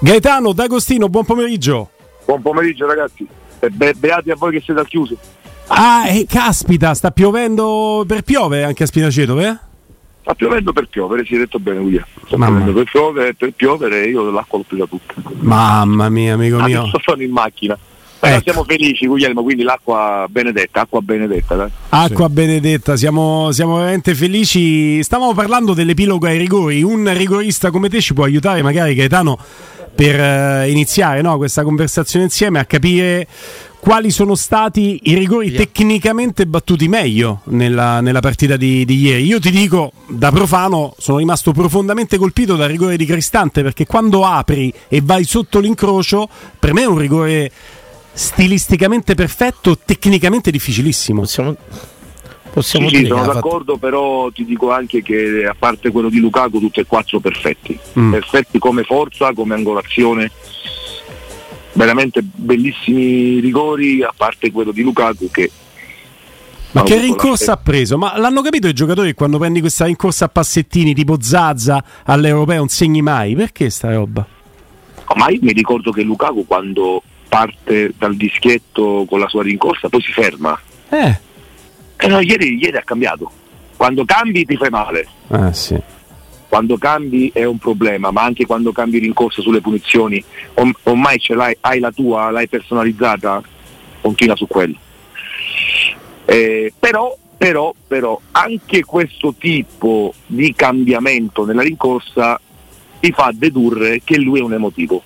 Gaetano D'Agostino, buon pomeriggio. Buon pomeriggio ragazzi, beati a voi che siete al chiuso. Caspita, sta piovendo piove anche a Spinaceto, Sta piovendo per piovere, si è detto bene Guglielmo. Sta Mamma. piovendo per piovere, io l'acqua l'ho presa tutta. Mamma mia, amico mio. Adesso sono in macchina. Però siamo felici Guglielmo, quindi l'acqua benedetta, dai. Acqua benedetta, siamo veramente felici. Stavamo parlando dell'epilogo ai rigori. Un rigorista come te ci può aiutare magari, Gaetano, per iniziare, no, questa conversazione insieme, a capire quali sono stati i rigori tecnicamente battuti meglio nella partita di ieri. Io ti dico, da profano, sono rimasto profondamente colpito dal rigore di Cristante, perché quando apri e vai sotto l'incrocio, per me è un rigore stilisticamente perfetto, tecnicamente difficilissimo. Possiamo dire, sono d'accordo, però ti dico anche che a parte quello di Lukaku tutti e quattro perfetti come forza, come angolazione, veramente bellissimi rigori, a parte quello di Lukaku ma che rincorsa ha preso? Ma l'hanno capito i giocatori che quando prendi questa rincorsa a passettini tipo Zaza all'Europeo non segni mai? Perché sta roba? Ma io mi ricordo che Lukaku quando parte dal dischetto con la sua rincorsa poi si ferma. No, ieri ha cambiato. Quando cambi ti fai male. Sì. Quando cambi è un problema, ma anche quando cambi rincorsa sulle punizioni, ormai ce l'hai, hai la tua, l'hai personalizzata, continua su quello. Però anche questo tipo di cambiamento nella rincorsa ti fa dedurre che lui è un emotivo.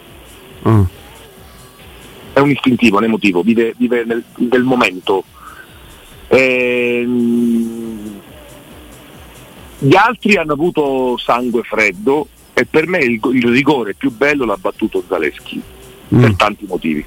È un istintivo, un emotivo, vive nel momento. Gli altri hanno avuto sangue freddo e per me il rigore più bello l'ha battuto Zalewski per tanti motivi.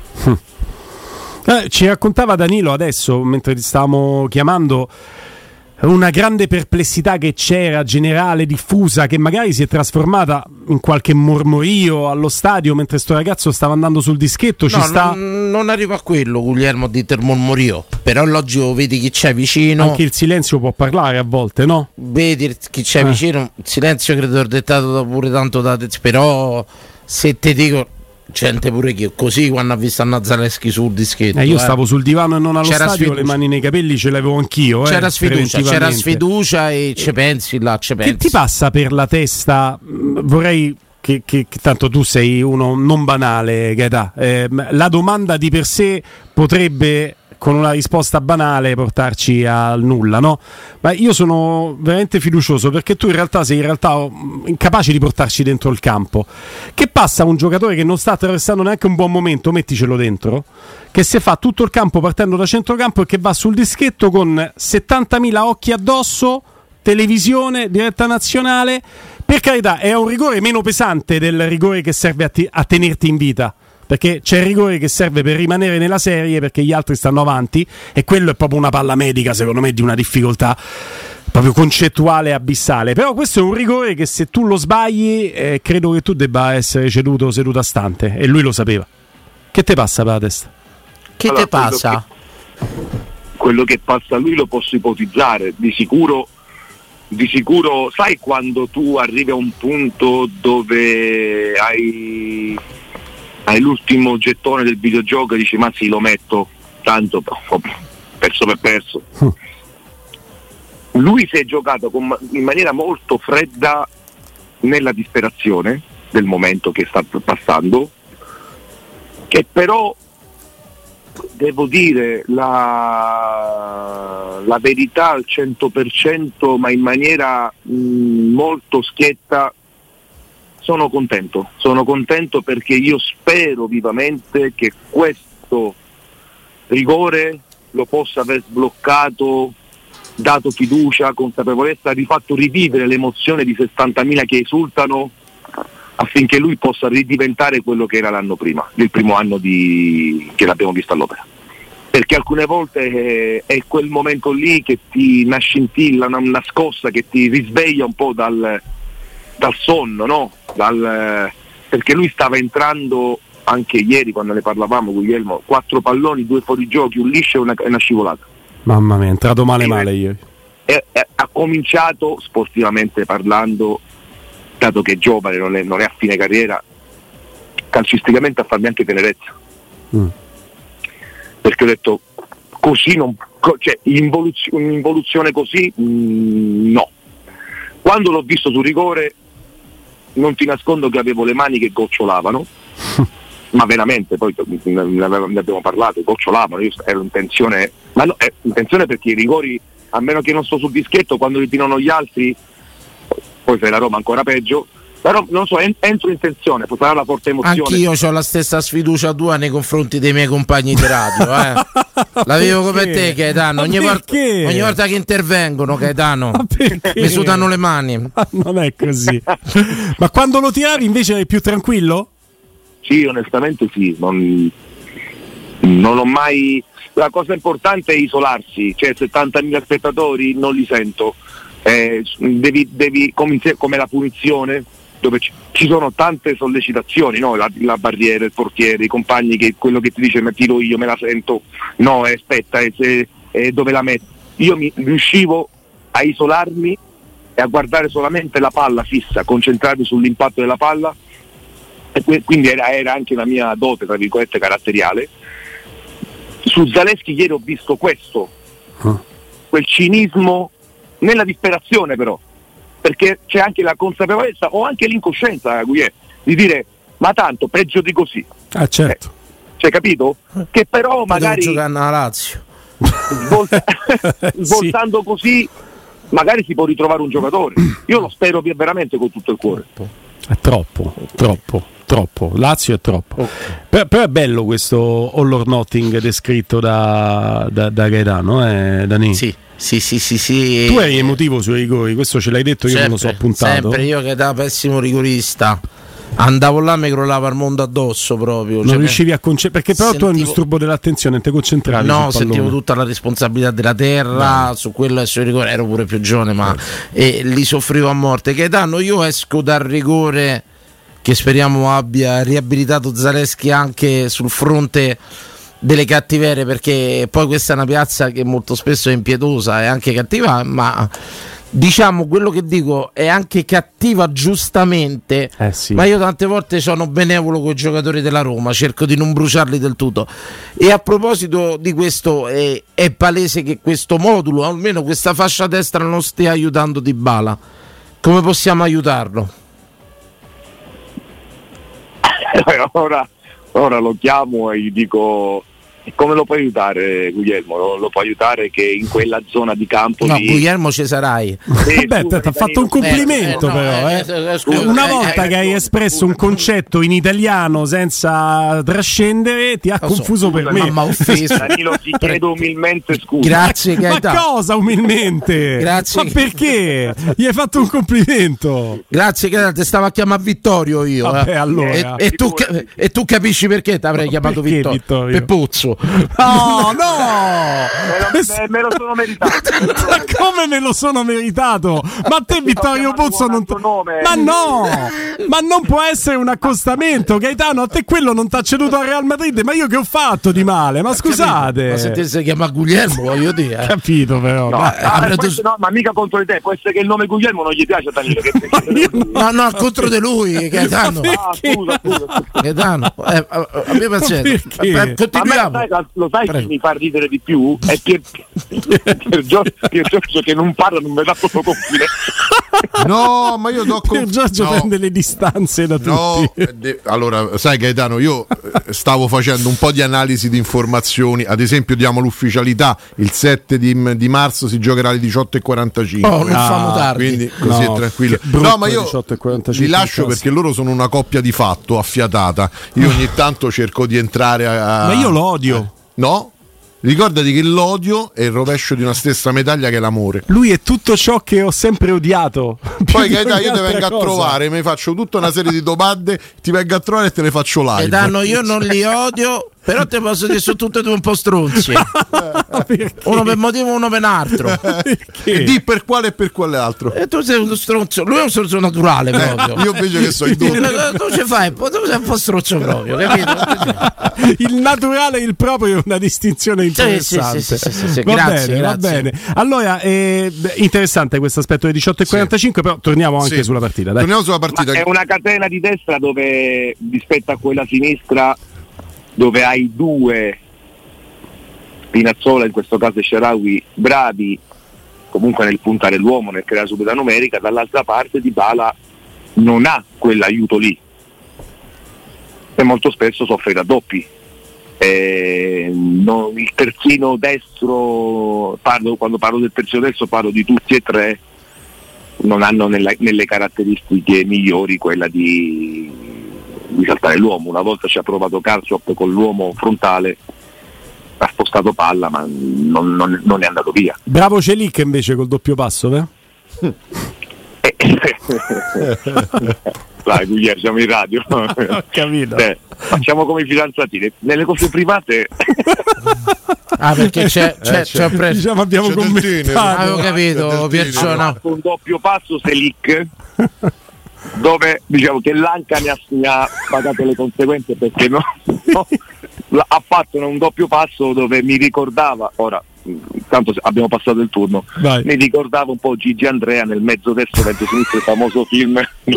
Ci raccontava Danilo adesso mentre ti stavamo chiamando una grande perplessità che c'era, generale, diffusa, che magari si è trasformata in qualche mormorio allo stadio mentre sto ragazzo stava andando sul dischetto. Non arrivo a quello, Guglielmo, di del mormorio, però è logico, vedi chi c'è vicino. Anche il silenzio può parlare a volte, no? Vedi chi c'è vicino, il silenzio credo è dettato pure tanto da te, però se ti dico gente pure che così quando ha visto Zalewski sul dischetto io stavo sul divano e non allo stadio, le mani nei capelli ce l'avevo anch'io. C'era sfiducia e ci pensi. Che ti passa per la testa? Vorrei che tanto tu sei uno non banale, Gaetà. La domanda di per sé potrebbe, con una risposta banale, portarci al nulla, no? Ma io sono veramente fiducioso, perché tu in realtà sei incapace di portarci dentro il campo. Che passa un giocatore che non sta attraversando neanche un buon momento, metticelo dentro, che se fa tutto il campo partendo da centrocampo e che va sul dischetto con 70.000 occhi addosso, televisione, diretta nazionale. Per carità, è un rigore meno pesante del rigore che serve a tenerti in vita, perché c'è il rigore che serve per rimanere nella serie perché gli altri stanno avanti, e quello è proprio una palla medica, secondo me, di una difficoltà proprio concettuale abissale. Però questo è un rigore che se tu lo sbagli credo che tu debba essere ceduto seduta stante, e lui lo sapeva. Che te passa per la testa? Che te passa? Quello che passa a lui lo posso ipotizzare, di sicuro, sai, quando tu arrivi a un punto dove hai l'ultimo gettone del videogioco e dici ma sì, lo metto, tanto perso per perso. Lui si è giocato in maniera molto fredda nella disperazione del momento che sta passando, che però devo dire la verità al 100%, ma in maniera molto schietta. Sono contento perché io spero vivamente che questo rigore lo possa aver sbloccato, dato fiducia, consapevolezza, rifatto rivivere l'emozione di 60.000 che esultano, affinché lui possa ridiventare quello che era l'anno prima, il primo anno che l'abbiamo visto all'Opera. Perché alcune volte è quel momento lì che ti nascintilla, una scossa che ti risveglia un po' dal sonno, no? Perché lui stava entrando anche ieri quando ne parlavamo, Guglielmo, 4 palloni, 2 fuorigiochi, un liscio e una scivolata. Mamma mia, è entrato male ieri. Ha cominciato, sportivamente parlando, dato che è giovane, non è a fine carriera, calcisticamente a farmi anche tenerezza. Perché ho detto così cioè un'involuzione così no. Quando l'ho visto su rigore non ti nascondo che avevo le mani che gocciolavano ma veramente, poi ne abbiamo parlato, gocciolavano, io ero in tensione, ma no, in tensione perché i rigori, a meno che non sto sul dischetto, quando li tirano gli altri, poi se la Roma ancora peggio, però non so, entro in tensione, poi sarà la forte emozione. Anch'io ho la stessa sfiducia tua nei confronti dei miei compagni di radio, La vivo come te, Gaetano, ogni volta che intervengono, Gaetano, mi sudano le mani. Ma non è così. Ma quando lo tiravi invece eri più tranquillo? Sì, onestamente sì, non ho mai. La cosa importante è isolarsi, cioè 70.000 spettatori non li sento, devi come la punizione, dove ci sono tante sollecitazioni, no? La barriera, il portiere, i compagni, che quello che ti dice ma tiro io, me la sento, no, aspetta, dove la metto? Io riuscivo a isolarmi e a guardare solamente la palla fissa, concentrarmi sull'impatto della palla, e quindi era anche la mia dote, tra virgolette, caratteriale. Su Zalewski ieri ho visto questo, quel cinismo nella disperazione, però, perché c'è anche la consapevolezza o anche l'incoscienza, Guglielmo, di dire ma tanto peggio di così. Certo. C'hai capito? Che però magari giocare alla Lazio svoltando così magari si può ritrovare un giocatore. Io lo spero veramente con tutto il cuore. È troppo. Lazio è troppo. Però è bello questo All or Nothing descritto da Gaetano, Dani? Sì. Tu eri emotivo sui rigori, questo ce l'hai detto, io sempre, me lo so appuntato. Sempre, io che da pessimo rigorista andavo là, mi crollava il mondo addosso proprio. Non riuscivi a perché però tu hai un disturbo dell'attenzione, non ti concentravi. No, sentivo tutta la responsabilità della terra, su quello e sui rigori, ero pure più giovane, ma li soffrivo a morte. Gaetano, io esco dal rigore che speriamo abbia riabilitato Zalewski anche sul fronte delle cattiverie, perché poi questa è una piazza che molto spesso è impietosa, è anche cattiva, ma diciamo quello che dico è anche cattiva giustamente, sì. Ma io tante volte sono benevolo con i giocatori della Roma, cerco di non bruciarli del tutto. E a proposito di questo è palese che questo modulo, almeno questa fascia destra, non stia aiutando Dybala. Come possiamo aiutarlo? Ora lo chiamo e gli dico come lo puoi aiutare, Guglielmo? Lo può aiutare che in quella zona di campo Guglielmo Cesarai. Beh, ti ha fatto un complimento, una volta che hai espresso un concetto in italiano senza trascendere ti ha confuso per me. Ma offeso. Danilo, ti chiedo umilmente scusa. Grazie, Gaetano. Ma cosa umilmente? Grazie. Ma perché? Gli hai fatto un complimento. Grazie, Gaetano, ti stavo a chiamare Vittorio io. Vabbè, allora. E tu capisci perché ti avrei chiamato Vittorio? Peppuzzo. No, me lo sono meritato. Come me lo sono meritato? Ma a te Vittorio Pozzo non Ma no! Ma non può essere un accostamento, Gaetano, a te quello non t'ha ceduto al Real Madrid, ma io che ho fatto di male? Ma scusate. Ma se te si chiama Guglielmo, voglio dire. Capito però. Ma mica contro di te, può essere che il nome Guglielmo non gli piace a Danilo. No, contro di lui, Gaetano. Scusa. Gaetano, abbia pazienza. Continuiamo. Lo sai che mi fa ridere di più? È Pier Giorgio che non parla, non mi dà proprio confidere. No, ma io Pier Giorgio prende le distanze da tutti. Allora, sai Gaetano, io stavo facendo un po' di analisi di informazioni, ad esempio diamo l'ufficialità, il 7 di marzo si giocherà alle 18:45. Non famo tardi. Quindi così è tranquillo. No, ma io li lascio perché loro sono una coppia di fatto affiatata. Io ogni tanto cerco di entrare Ma io lo odio. No? Ricordati che l'odio è il rovescio di una stessa medaglia che è l'amore. Lui è tutto ciò che ho sempre odiato. Poi Gaetano, io ti vengo a trovare, mi faccio tutta una serie di domande, ti vengo a trovare e te le faccio live. Gaetano, io non li odio, Però te posso dire sono tutte e due un po' stronzi. Uno per motivo, uno per un altro. E di per quale e per quale altro? E tu sei uno stronzo, lui è un stronzo naturale proprio. Io invece che so il doppio. Tu ci fai, tu sei un po' stronzo proprio, capito? Il naturale e il proprio è una distinzione interessante. Sì, va grazie, bene, va grazie. bene. Allora, interessante questo aspetto delle 18:45, però torniamo anche sulla partita. Dai. Torniamo sulla partita. Ma è una catena di destra dove rispetto a quella sinistra, dove hai due, Spinazzola in questo caso e Shaarawy, bravi comunque nel puntare l'uomo, nel creare superiorità numerica, dall'altra parte Dybala non ha quell'aiuto lì e molto spesso soffre i raddoppi. Il terzino destro, quando parlo del terzino destro parlo di tutti e tre, non hanno nelle caratteristiche migliori quella di saltare l'uomo. Una volta ci ha provato Karsdorp con l'uomo frontale, ha spostato palla ma non è andato via. Bravo Celic invece col doppio passo, Dai, Guglielmo, siamo in radio. Ho capito. Facciamo come i fidanzatini nelle cose private. Perché c'è diciamo abbiamo c'è commentato. avevo capito, Pierzona. Un doppio passo Celic, dove diciamo che l'Anca ne ha pagato le conseguenze, perché ha fatto un doppio passo dove mi ricordava, ora tanto abbiamo passato il turno, Vai. mi ricordava un po' Gigi Andrea nel mezzo destro mezzo sinistro, il famoso film.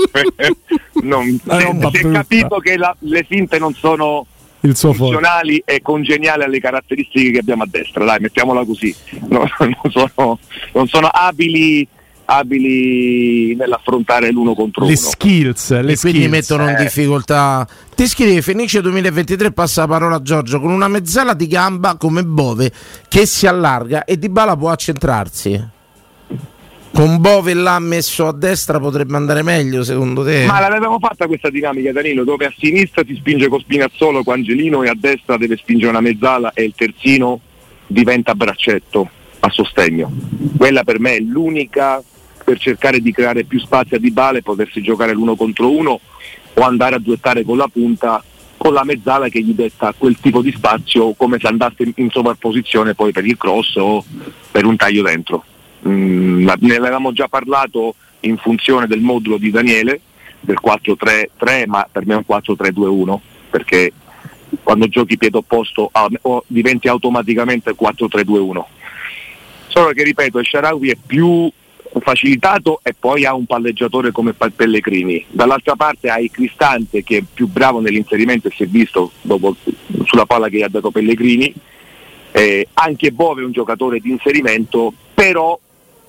Si è capito che le finte non sono il suo funzionali e congeniali alle caratteristiche che abbiamo a destra, dai, mettiamola così. Non sono abili nell'affrontare l'uno contro le uno. skills, E quindi mettono in difficoltà. Ti scrive Fenice 2023, passa la parola a Giorgio, con una mezzala di gamba come Bove che si allarga e Dybala può accentrarsi. Con Bove là messo a destra potrebbe andare meglio secondo te? Ma l'avevamo fatta questa dinamica, Danilo, dove a sinistra si spinge con Spinazzola con Angelino e a destra deve spingere una mezzala e il terzino diventa braccetto a sostegno. Quella per me è l'unica per cercare di creare più spazio a Dybala e potersi giocare l'uno contro uno, o andare a duettare con la punta, con la mezzala che gli detta quel tipo di spazio, come se andasse in sovrapposizione poi per il cross o per un taglio dentro. Ne avevamo già parlato in funzione del modulo di Daniele, del 4-3-3, ma per me è un 4-3-2-1, perché quando giochi piede opposto diventi automaticamente 4-3-2-1. Solo che, ripeto, il Shaarawy è più facilitato e poi ha un palleggiatore come Pellegrini. Dall'altra parte hai Cristante che è più bravo nell'inserimento e si è visto dopo sulla palla che gli ha dato Pellegrini. Anche Bove è un giocatore di inserimento, però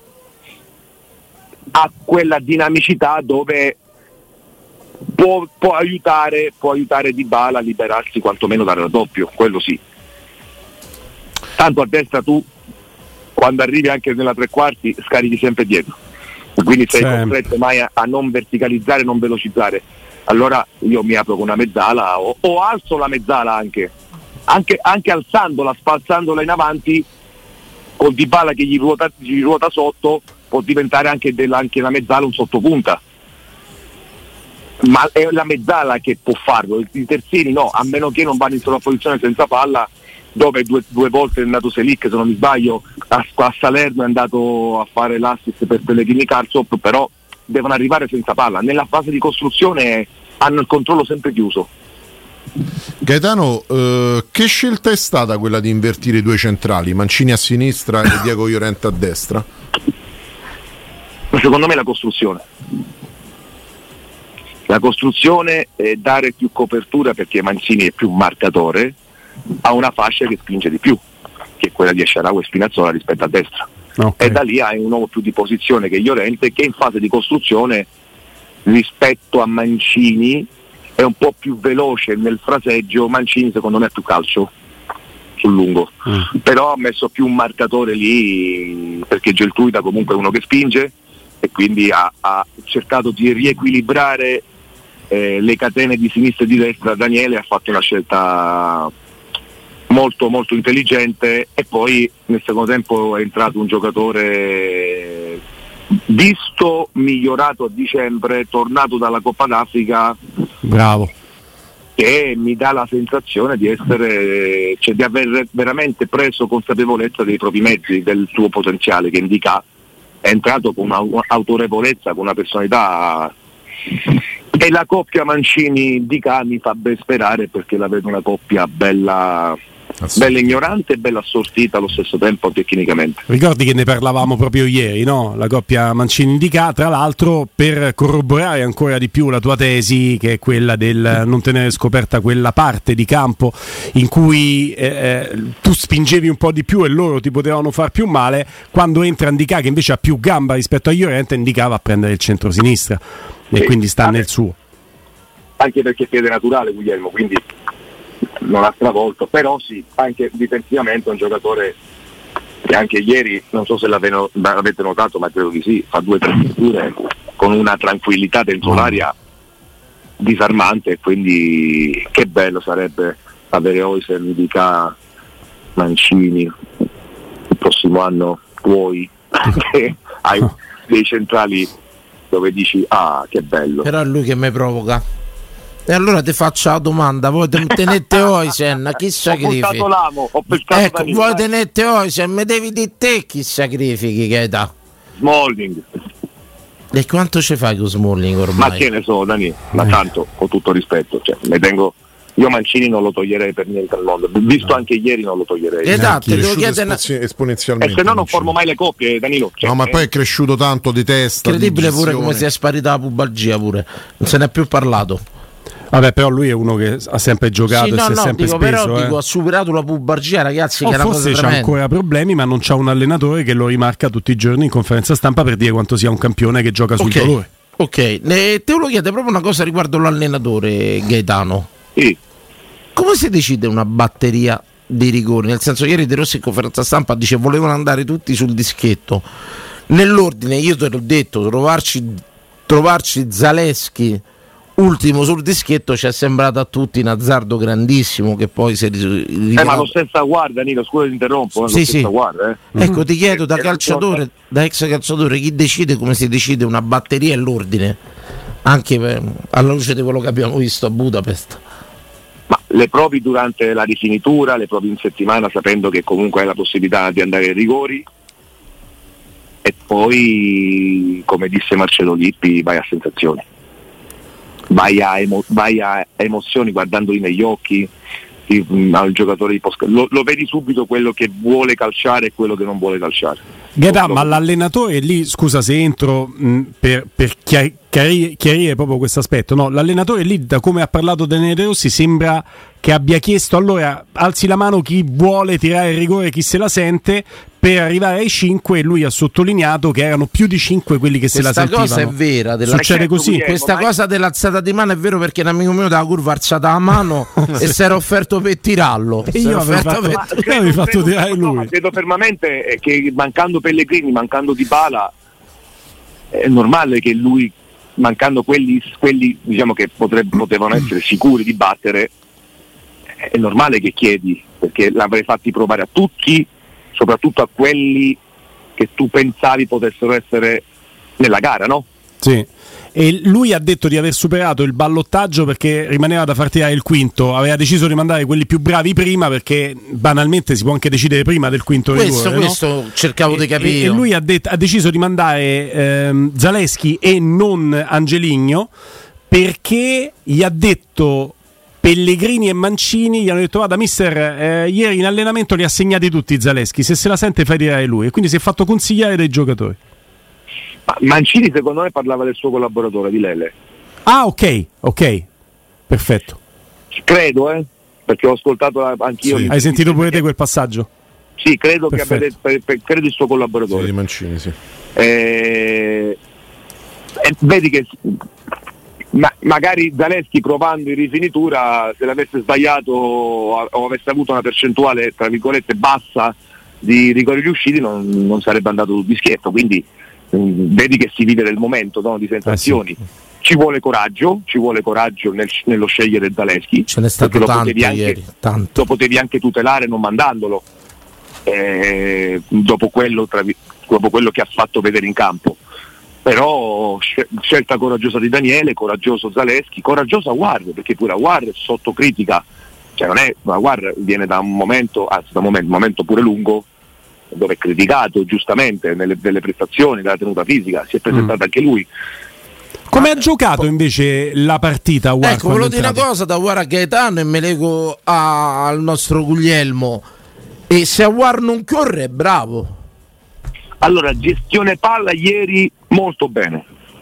ha quella dinamicità dove può aiutare Dybala a liberarsi quantomeno dal raddoppio, quello sì. Tanto a destra tu, quando arrivi anche nella tre quarti, scarichi sempre dietro, quindi sei costretto mai a non verticalizzare, non velocizzare. Allora io mi apro con una mezzala o alzo la mezzala anche alzandola, spalzandola in avanti, con Dybala che gli ruota sotto, può diventare anche la mezzala un sottopunta. Ma è la mezzala che può farlo, i terzini no, a meno che non vanno in sovrapposizione senza palla, dove due volte è andato Celic, se non mi sbaglio, a Salerno è andato a fare l'assist per Pellegrini Karsdorp, però devono arrivare senza palla. Nella fase di costruzione hanno il controllo sempre chiuso. Gaetano, che scelta è stata quella di invertire i due centrali, Mancini a sinistra e Diego Llorente a destra? Secondo me la costruzione è dare più copertura, perché Mancini è più marcatore, ha una fascia che spinge di più, che è quella di Shaarawy e Spinazzola rispetto a destra. Okay. E da lì hai un uomo più di posizione che è Llorente, che in fase di costruzione rispetto a Mancini è un po' più veloce nel fraseggio. Mancini secondo me ha più calcio sul lungo, però ha messo più un marcatore lì, perché Geltuida comunque è uno che spinge e quindi ha cercato di riequilibrare le catene di sinistra e di destra. Daniele ha fatto una scelta molto molto intelligente, e poi nel secondo tempo è entrato un giocatore visto, migliorato a dicembre, tornato dalla Coppa d'Africa, bravo, che mi dà la sensazione di essere, cioè di aver veramente preso consapevolezza dei propri mezzi, del suo potenziale, che indica è entrato con un'autorevolezza, con una personalità, e la coppia Mancini-Dica mi fa ben sperare, perché la vedo una coppia bella ignorante e bella assortita allo stesso tempo tecnicamente. Ricordi che ne parlavamo proprio ieri, no? La coppia Mancini-Dica, tra l'altro, per corroborare ancora di più la tua tesi, che è quella del non tenere scoperta quella parte di campo in cui tu spingevi un po' di più e loro ti potevano far più male. Quando entra Ndicà, che invece ha più gamba rispetto a Llorente, Ndicà va a prendere il centro-sinistra e quindi sta nel suo. Anche perché è piede naturale Guglielmo, quindi non ha stravolto, però sì, anche difensivamente è un giocatore che anche ieri, non so se l'avete notato, ma credo di sì, fa 2 o 3 letture con una tranquillità dentro l'area disarmante, quindi che bello sarebbe avere Oisen, Ndicà, Mancini il prossimo anno, tuoi, che hai dei centrali dove dici che bello. Però è lui che mi provoca. E allora ti faccio la domanda: voi tenete Oisen, chi sacrifichi? Ho pescato ecco, voi tenete Oisen, mi devi di te chi sacrifichi, che età? Smalling. E quanto ci fai con Smalling ormai? Ma che ne so, Dani, ma tanto, con tutto rispetto, cioè, io Mancini non lo toglierei per niente al mondo, visto anche ieri non lo toglierei. Esatto, devo chiedere esponenzialmente. E se no non formo mai le coppie, Danilo. Cioè, no, ma poi è cresciuto tanto di testa. Incredibile di pure come si è sparita la pubalgia pure. Non se ne è più parlato. Vabbè, però lui è uno che ha sempre giocato e si è sempre dico, speso. Però ha superato la pubalgia, ragazzi, che è una forse cosa c'ha ancora problemi, ma non c'ha un allenatore che lo rimarca tutti i giorni in conferenza stampa per dire quanto sia un campione che gioca sul dolore. Ok, te lo chiedo proprio una cosa riguardo l'allenatore Gaetano. Sì. Come si decide una batteria di rigori? Nel senso, ieri De Rossi in conferenza stampa dice volevano andare tutti sul dischetto. Nell'ordine, io te l'ho detto, trovarci Zaleschi ultimo sul dischetto ci è sembrato a tutti un azzardo grandissimo, che poi si ma lo stesso guarda, Nino, scusa ti interrompo, sì. Guarda, Ecco, ti chiedo da calciatore, da ex calciatore, chi decide come si decide una batteria e l'ordine, anche alla luce di quello che abbiamo visto a Budapest? Ma le provi durante la rifinitura, le provi in settimana, sapendo che comunque hai la possibilità di andare ai rigori, e poi, come disse Marcello Lippi, vai a sensazioni, vai a emozioni, guardandoli negli occhi al giocatore di post, lo vedi subito quello che vuole calciare e quello che non vuole calciare. Gaetà, ma l'allenatore lì, scusa se entro per chiarire proprio questo aspetto, no? L'allenatore lì, da come ha parlato Daniele De Rossi, sembra che abbia chiesto allora alzi la mano chi vuole tirare il rigore, chi se la sente, per arrivare ai 5, e lui ha sottolineato che erano più di 5 quelli che se la sentivano. Questa cosa è vera, succede così. Questa cosa dell'alzata di mano è vero, perché un amico mio dalla curva ha alzata la mano e si era offerto per tirarlo. E io avevo fatto tirare lui. Ma credo fermamente che mancando Pellegrini, mancando Dybala, è normale che lui, mancando quelli diciamo che potevano essere sicuri di battere, è normale che chiedi, perché l'avrei fatti provare a tutti, soprattutto a quelli che tu pensavi potessero essere nella gara, no? Sì. E lui ha detto di aver superato il ballottaggio perché rimaneva da far tirare il quinto, aveva deciso di mandare quelli più bravi prima, perché banalmente si può anche decidere prima del quinto rigore. Questo cercavo di capire. E lui ha deciso di mandare Zaleschi e non Angeligno, perché gli ha detto Pellegrini e Mancini, gli hanno detto guarda mister, ieri in allenamento li ha segnati tutti Zaleschi, se se la sente fai tirare lui, e quindi si è fatto consigliare dai giocatori. Ma Mancini secondo me parlava del suo collaboratore, di Lele. Ah, ok, perfetto. Credo, perché ho ascoltato anch'io. Sì. Hai sentito pure te quel passaggio? Sì, credo perfetto. Che credo il suo collaboratore. Sì, di Mancini, sì. Vedi che magari Zaleschi, provando in rifinitura, se l'avesse sbagliato o avesse avuto una percentuale tra virgolette bassa di rigori riusciti, non sarebbe andato sul dischetto, quindi vedi che si vive del momento, no? Di sensazioni. Sì. Ci vuole coraggio nello scegliere Zaleschi. Ce n'è stato tanto ieri, tanto. Lo potevi anche tutelare non mandandolo, dopo quello che ha fatto vedere in campo. però scelta coraggiosa di Daniele, coraggioso Zaleschi, coraggioso Aouar, perché pure Aouar è sotto critica, cioè non è, Aouar viene da un momento pure lungo dove è criticato giustamente delle prestazioni, della tenuta fisica, si è presentato anche lui. Come ha giocato invece la partita Aouar? Ecco, volevo dire una cosa da Aouar a Gaetano e me lego al nostro Guglielmo. E se Aouar non corre è bravo. Allora, gestione palla ieri molto bene.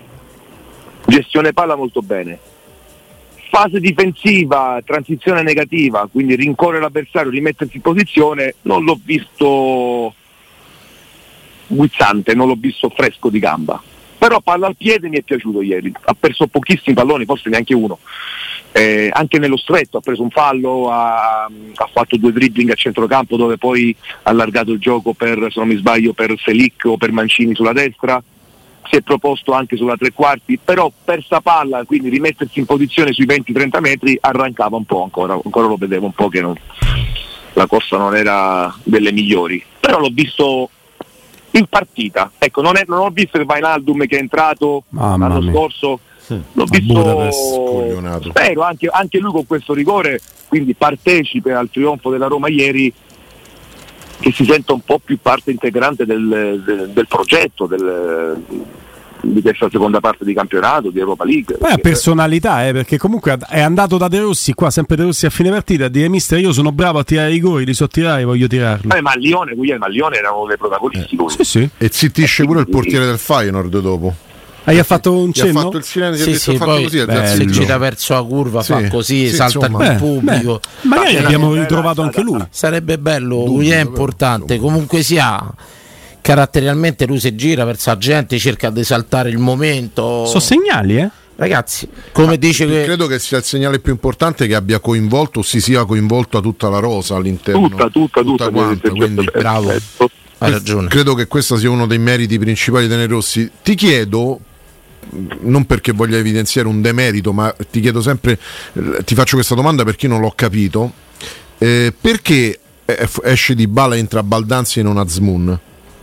Fase difensiva, transizione negativa, quindi rincorrere l'avversario, rimettersi in posizione, non l'ho visto guizzante, non l'ho visto fresco di gamba. Però palla al piede mi è piaciuto ieri, ha perso pochissimi palloni, forse neanche uno. Anche nello stretto ha preso un fallo, ha fatto 2 dribbling a centrocampo dove poi ha allargato il gioco per, se non mi sbaglio, per Selic o per Mancini sulla destra, si è proposto anche sulla tre quarti, però persa palla, quindi rimettersi in posizione sui 20-30 metri arrancava un po', ancora lo vedevo un po' che la corsa non era delle migliori, però l'ho visto in partita, ecco, non ho visto il Wijnaldum che è entrato l'anno scorso. L'ho visto, spero anche lui con questo rigore, quindi partecipe al trionfo della Roma ieri, che si senta un po' più parte integrante del progetto di questa seconda parte di campionato di Europa League. Poi ha personalità, perché comunque è andato da De Rossi, qua sempre De Rossi a fine partita, a dire mister io sono bravo a tirare i rigori, li so tirare, voglio tirarli. Ma Lione era uno dei protagonisti lui. Sì. E zittisce pure il portiere del Feyenoord dopo. Gli ha fatto un cenno? Ha fatto il silenzio, sì, fatto così, se gira verso la curva, fa così, salta il pubblico. Magari abbiamo ritrovato anche lui. Sarebbe bello, lui è importante. Comunque sia, caratterialmente lui si gira verso la gente, cerca di esaltare il momento. Sono segnali, Ragazzi, come dice credo che sia il segnale più importante che abbia coinvolto, si sia coinvolto a tutta la rosa all'interno. Tutta quanta, quindi bravo. Hai ragione. Credo che questo sia uno dei meriti principali di De Rossi. Ti chiedo, non perché voglia evidenziare un demerito, ma ti chiedo sempre, ti faccio questa domanda perché non l'ho capito, perché esce Dybala, entra Baldanzi e non Azmoun?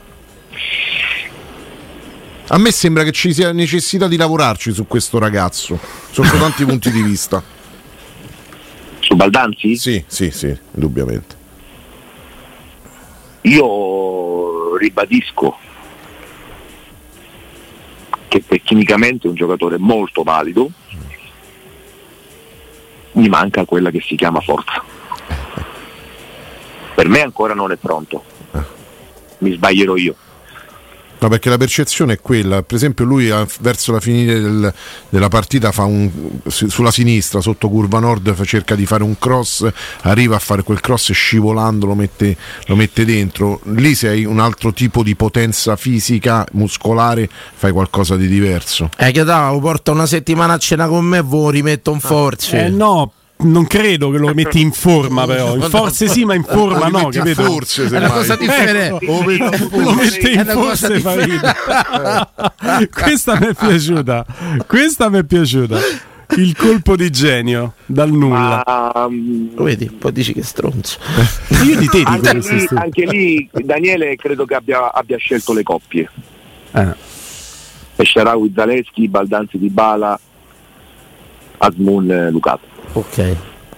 A me sembra che ci sia necessità di lavorarci su questo ragazzo sotto tanti punti di vista. Su Baldanzi? Sì, indubbiamente. Io ribadisco che tecnicamente è un giocatore molto valido, mi manca quella che si chiama forza. Per me ancora non è pronto, mi sbaglierò io. No, perché la percezione è quella, per esempio lui verso la fine della partita fa sulla sinistra sotto curva nord cerca di fare un cross, arriva a fare quel cross e scivolando lo mette dentro. Lì se hai un altro tipo di potenza fisica, muscolare, fai qualcosa di diverso. Che dava, porta una settimana a cena con me e ve lo rimetto in forze. No, non credo che lo metti in forma, però in forze sì, ma in forma no, capito? Forse è una cosa differente. Lo mette in forze, Questa mi è piaciuta. Il colpo di genio dal nulla. Vedi, poi dici che stronzo. Io di te dico anche lì Daniele credo che abbia scelto le coppie. Shaarawy, Zaleschi, Baldanzi, Dybala, Azmoun, Lukaku. Ok.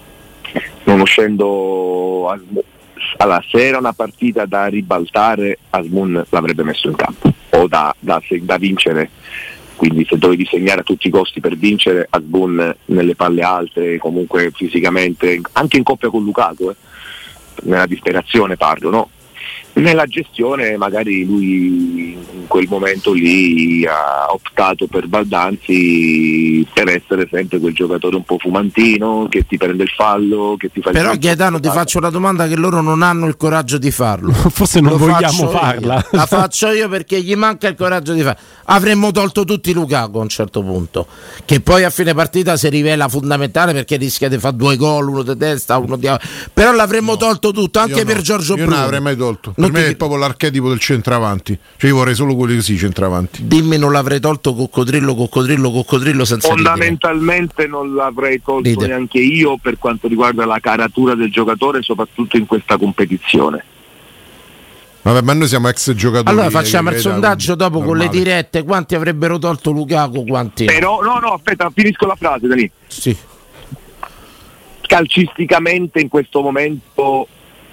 Conoscendo allora, se era una partita da ribaltare, Azmoun l'avrebbe messo in campo o da vincere, quindi se dovevi segnare a tutti i costi per vincere, Azmoun nelle palle alte, comunque fisicamente, anche in coppia con Lukaku, nella disperazione parlo, no? Nella gestione magari lui in quel momento lì ha optato per Baldanzi per essere sempre quel giocatore un po' fumantino che ti prende il fallo, che ti fa. Però Gaetano ti faccio la domanda che loro non hanno il coraggio di farlo. Forse non vogliamo farla. La faccio io perché gli manca il coraggio di farlo. Avremmo tolto tutti Lukaku a un certo punto, che poi a fine partita si rivela fondamentale perché rischia di fare 2 gol, uno di testa, uno di. Però l'avremmo tolto tutto anche per Giorgio Bruno. Io non l'avrei mai tolto. Per me è proprio l'archetipo del centravanti, cioè io vorrei solo quelli così centravanti. Dimmi, non l'avrei tolto coccodrillo senza fondamentalmente ridere. Non l'avrei tolto neanche io per quanto riguarda la caratura del giocatore, soprattutto in questa competizione. Vabbè, ma noi siamo ex giocatori. Allora facciamo il sondaggio dopo normale. con le dirette, quanti avrebbero tolto Lukaku, quanti Però no, aspetta, finisco la frase da lì. sì. Calcisticamente in questo momento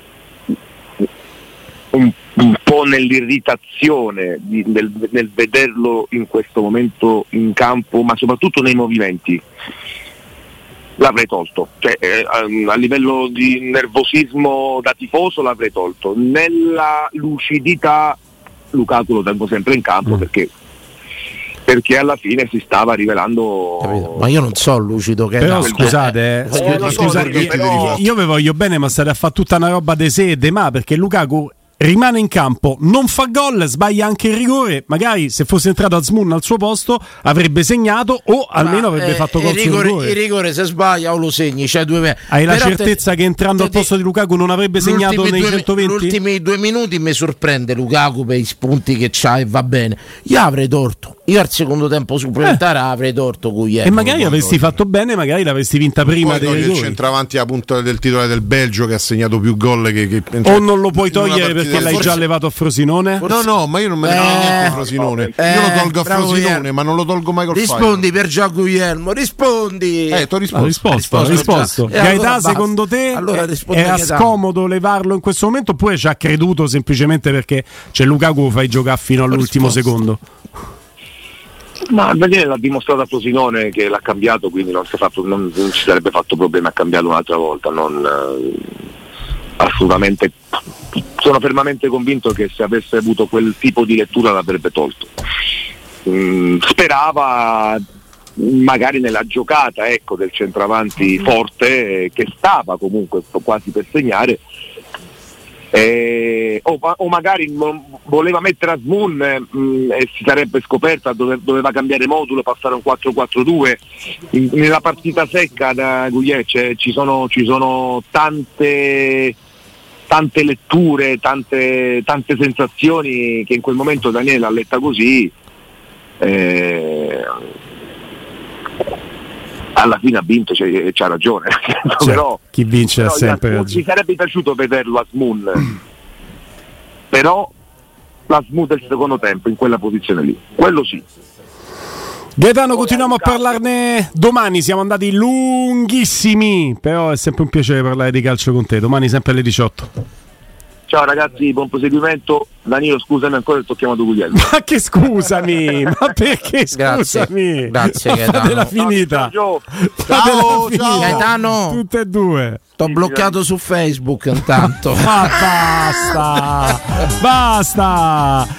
un po' nell'irritazione nel vederlo in questo momento in campo, ma soprattutto nei movimenti, l'avrei tolto, cioè, a livello di nervosismo da tifoso l'avrei tolto. Nella lucidità Lukaku lo tengo sempre in campo perché alla fine si stava rivelando. Capito? Ma io non so lucido che Però no. scusate, io vi voglio bene, ma state a fare tutta una roba de sé e de ma, perché Lukaku rimane in campo, non fa gol, sbaglia anche il rigore, magari se fosse entrato Azmoun al suo posto avrebbe segnato o almeno avrebbe fatto gol sul rigore. Il rigore se sbaglia o lo segni, c'è 2 metri. Hai la certezza che entrando al posto di Lukaku non avrebbe segnato nei 120? Gli ultimi 2 minuti mi sorprende Lukaku per i spunti che c'ha e va bene. Io avrei torto. Io al secondo tempo supplementare avrei torto Guglielmo. E magari avresti fatto bene, magari l'avresti vinta prima dei rigori. Il centravanti a punta del titolare del Belgio che ha segnato più gol che o non lo puoi togliere perché l'hai già levato a Frosinone? No, ma io non me ne frego niente a Frosinone. Io lo tolgo a Frosinone, Guglielmo. ma non lo tolgo mai col Rispondi per Gian Guglielmo, rispondi. Ti ho risposto. Risposto. Gaetà, secondo te era scomodo levarlo in questo momento oppure ci ha creduto semplicemente perché c'è Lukaku fai giocare fino all'ultimo secondo? Ma Daniele l'ha dimostrato a Frosinone che l'ha cambiato, quindi non ci sarebbe fatto problema a cambiarlo un'altra volta. Assolutamente, sono fermamente convinto che se avesse avuto quel tipo di lettura l'avrebbe tolto. Sperava magari nella giocata del centravanti forte che stava comunque quasi per segnare, o magari voleva mettere Azmoun e si sarebbe scoperta, doveva cambiare modulo, passare a un 4-4-2. Nella partita secca da Guglielmo ci sono tante letture, tante sensazioni che in quel momento Daniele ha letta così. Alla fine ha vinto, c'ha ragione. Però chi vince ha sempre ragione. Mi sarebbe piaciuto vederlo Azmoun, però l'Azmoun del secondo tempo in quella posizione lì, quello sì. Gaetano, continuiamo a parlarne domani, siamo andati lunghissimi, però è sempre un piacere parlare di calcio con te, domani sempre alle 18. Ciao ragazzi, buon proseguimento. Danilo, scusami ancora, ti ho chiamato Guglielmo. Ma che scusami? Ma perché scusami? Grazie Gaetano. Fatela finita. Ciao. Gaetano. Tutte e due. T'ho bloccato su Facebook intanto. Ma basta.